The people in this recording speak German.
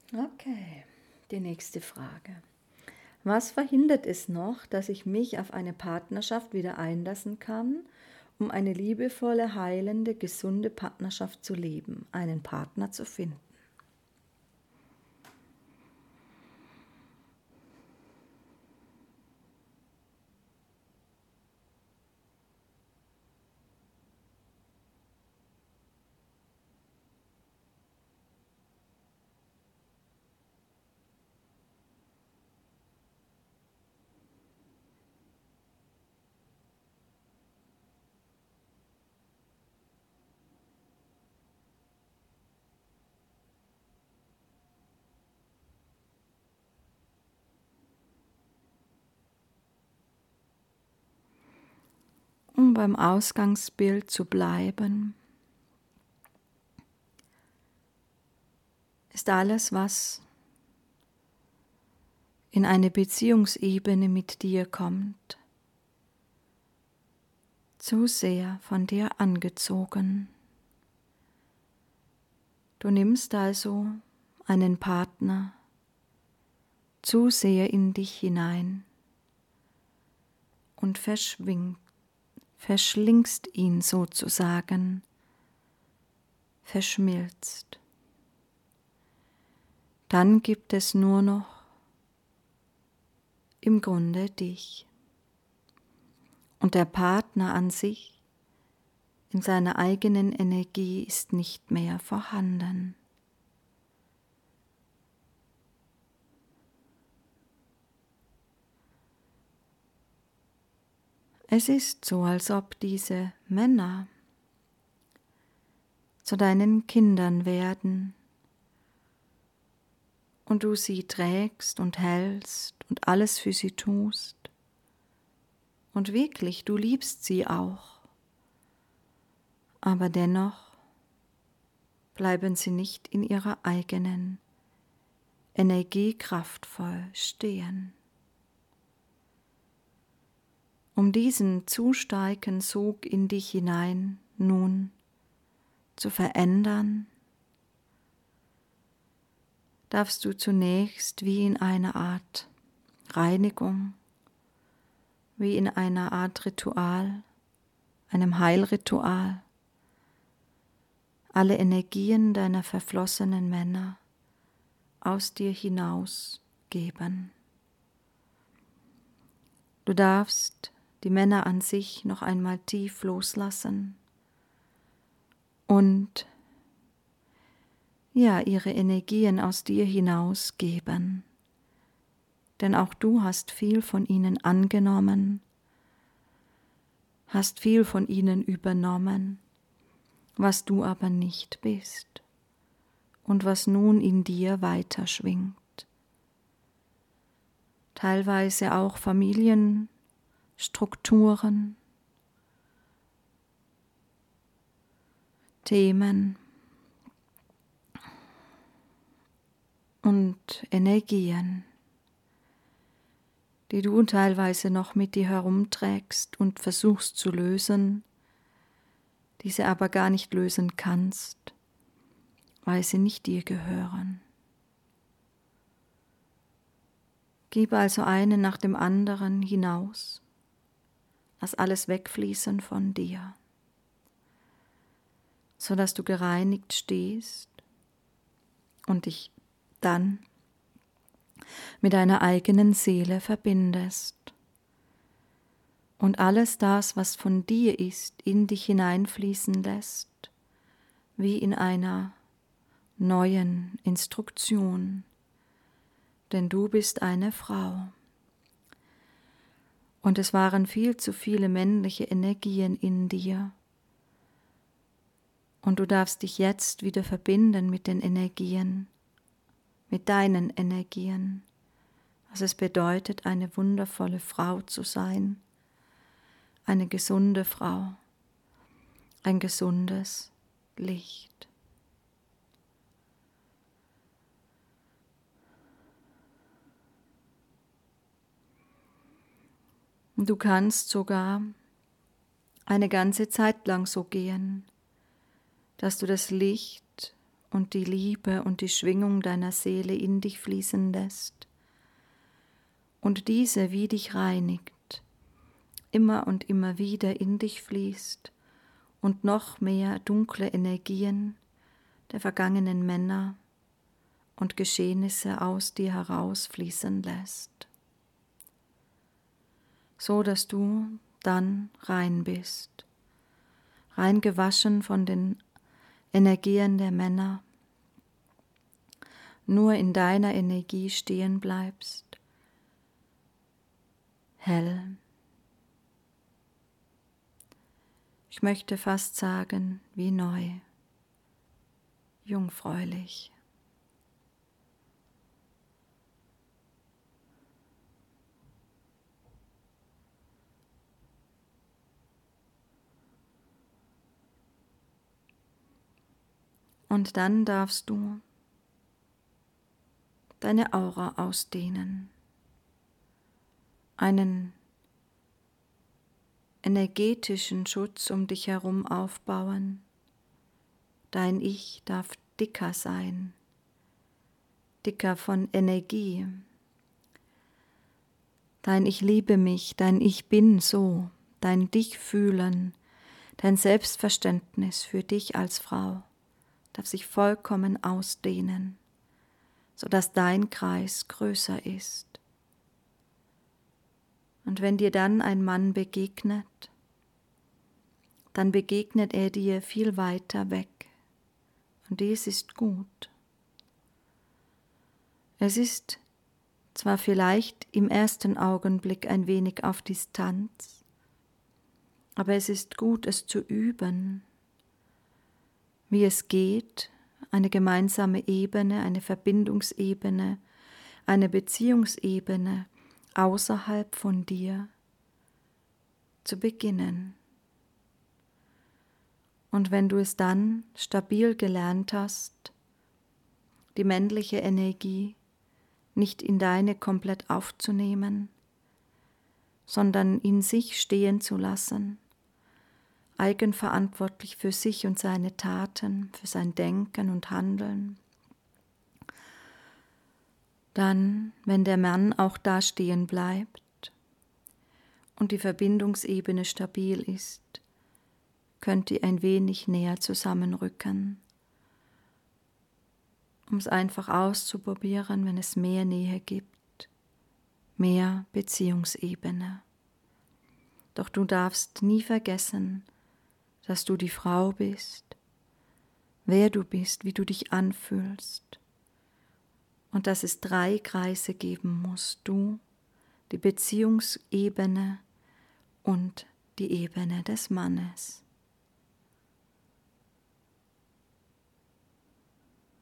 Okay, die nächste Frage. Was verhindert es noch, dass ich mich auf eine Partnerschaft wieder einlassen kann, um eine liebevolle, heilende, gesunde Partnerschaft zu leben, einen Partner zu finden? Um beim Ausgangsbild zu bleiben, ist alles, was in eine Beziehungsebene mit dir kommt, zu sehr von dir angezogen. Du nimmst also einen Partner zu sehr in dich hinein und verschlingst ihn sozusagen, verschmilzt. Dann gibt es nur noch im Grunde dich. Und der Partner an sich in seiner eigenen Energie ist nicht mehr vorhanden. Es ist so, als ob diese Männer zu deinen Kindern werden und du sie trägst und hältst und alles für sie tust. Und wirklich, du liebst sie auch. Aber dennoch bleiben sie nicht in ihrer eigenen Energie kraftvoll stehen. Um diesen zu starken Sog in dich hinein nun zu verändern, darfst du zunächst wie in einer Art Reinigung, wie in einer Art Ritual, einem Heilritual, alle Energien deiner verflossenen Männer aus dir hinausgeben. Du darfst die Männer an sich noch einmal tief loslassen und ihre Energien aus dir hinausgeben. Denn auch du hast viel von ihnen angenommen, hast viel von ihnen übernommen, was du aber nicht bist und was nun in dir weiterschwingt. Teilweise auch Familienstrukturen, Themen und Energien, die du teilweise noch mit dir herumträgst und versuchst zu lösen, diese aber gar nicht lösen kannst, weil sie nicht dir gehören. Gib also einen nach dem anderen hinaus, lass alles wegfließen von dir, sodass du gereinigt stehst und dich dann mit deiner eigenen Seele verbindest und alles das, was von dir ist, in dich hineinfließen lässt, wie in einer neuen Instruktion, denn du bist eine Frau. Und es waren viel zu viele männliche Energien in dir. Und du darfst dich jetzt wieder verbinden mit den Energien, mit deinen Energien, was es bedeutet, eine wundervolle Frau zu sein, eine gesunde Frau, ein gesundes Licht. Und du kannst sogar eine ganze Zeit lang so gehen, dass du das Licht und die Liebe und die Schwingung deiner Seele in dich fließen lässt und diese wie dich reinigt, immer und immer wieder in dich fließt und noch mehr dunkle Energien der vergangenen Männer und Geschehnisse aus dir herausfließen lässt, so dass du dann rein bist, rein gewaschen von den Energien der Männer, nur in deiner Energie stehen bleibst, hell. Ich möchte fast sagen, wie neu, jungfräulich. Und dann darfst du deine Aura ausdehnen, einen energetischen Schutz um dich herum aufbauen. Dein Ich darf dicker sein, dicker von Energie. Dein Ich liebe mich, dein Ich bin so, dein Dich fühlen, dein Selbstverständnis für dich als Frau darf sich vollkommen ausdehnen, sodass dein Kreis größer ist. Und wenn dir dann ein Mann begegnet, dann begegnet er dir viel weiter weg. Und dies ist gut. Es ist zwar vielleicht im ersten Augenblick ein wenig auf Distanz, aber es ist gut, es zu üben, wie es geht, eine gemeinsame Ebene, eine Verbindungsebene, eine Beziehungsebene außerhalb von dir zu beginnen. Und wenn du es dann stabil gelernt hast, die männliche Energie nicht in deine komplett aufzunehmen, sondern in sich stehen zu lassen, eigenverantwortlich für sich und seine Taten, für sein Denken und Handeln. Dann, wenn der Mann auch da stehen bleibt und die Verbindungsebene stabil ist, könnt ihr ein wenig näher zusammenrücken, um es einfach auszuprobieren, wenn es mehr Nähe gibt, mehr Beziehungsebene. Doch du darfst nie vergessen, dass du die Frau bist, wer du bist, wie du dich anfühlst und dass es 3 Kreise geben muss, du, die Beziehungsebene und die Ebene des Mannes.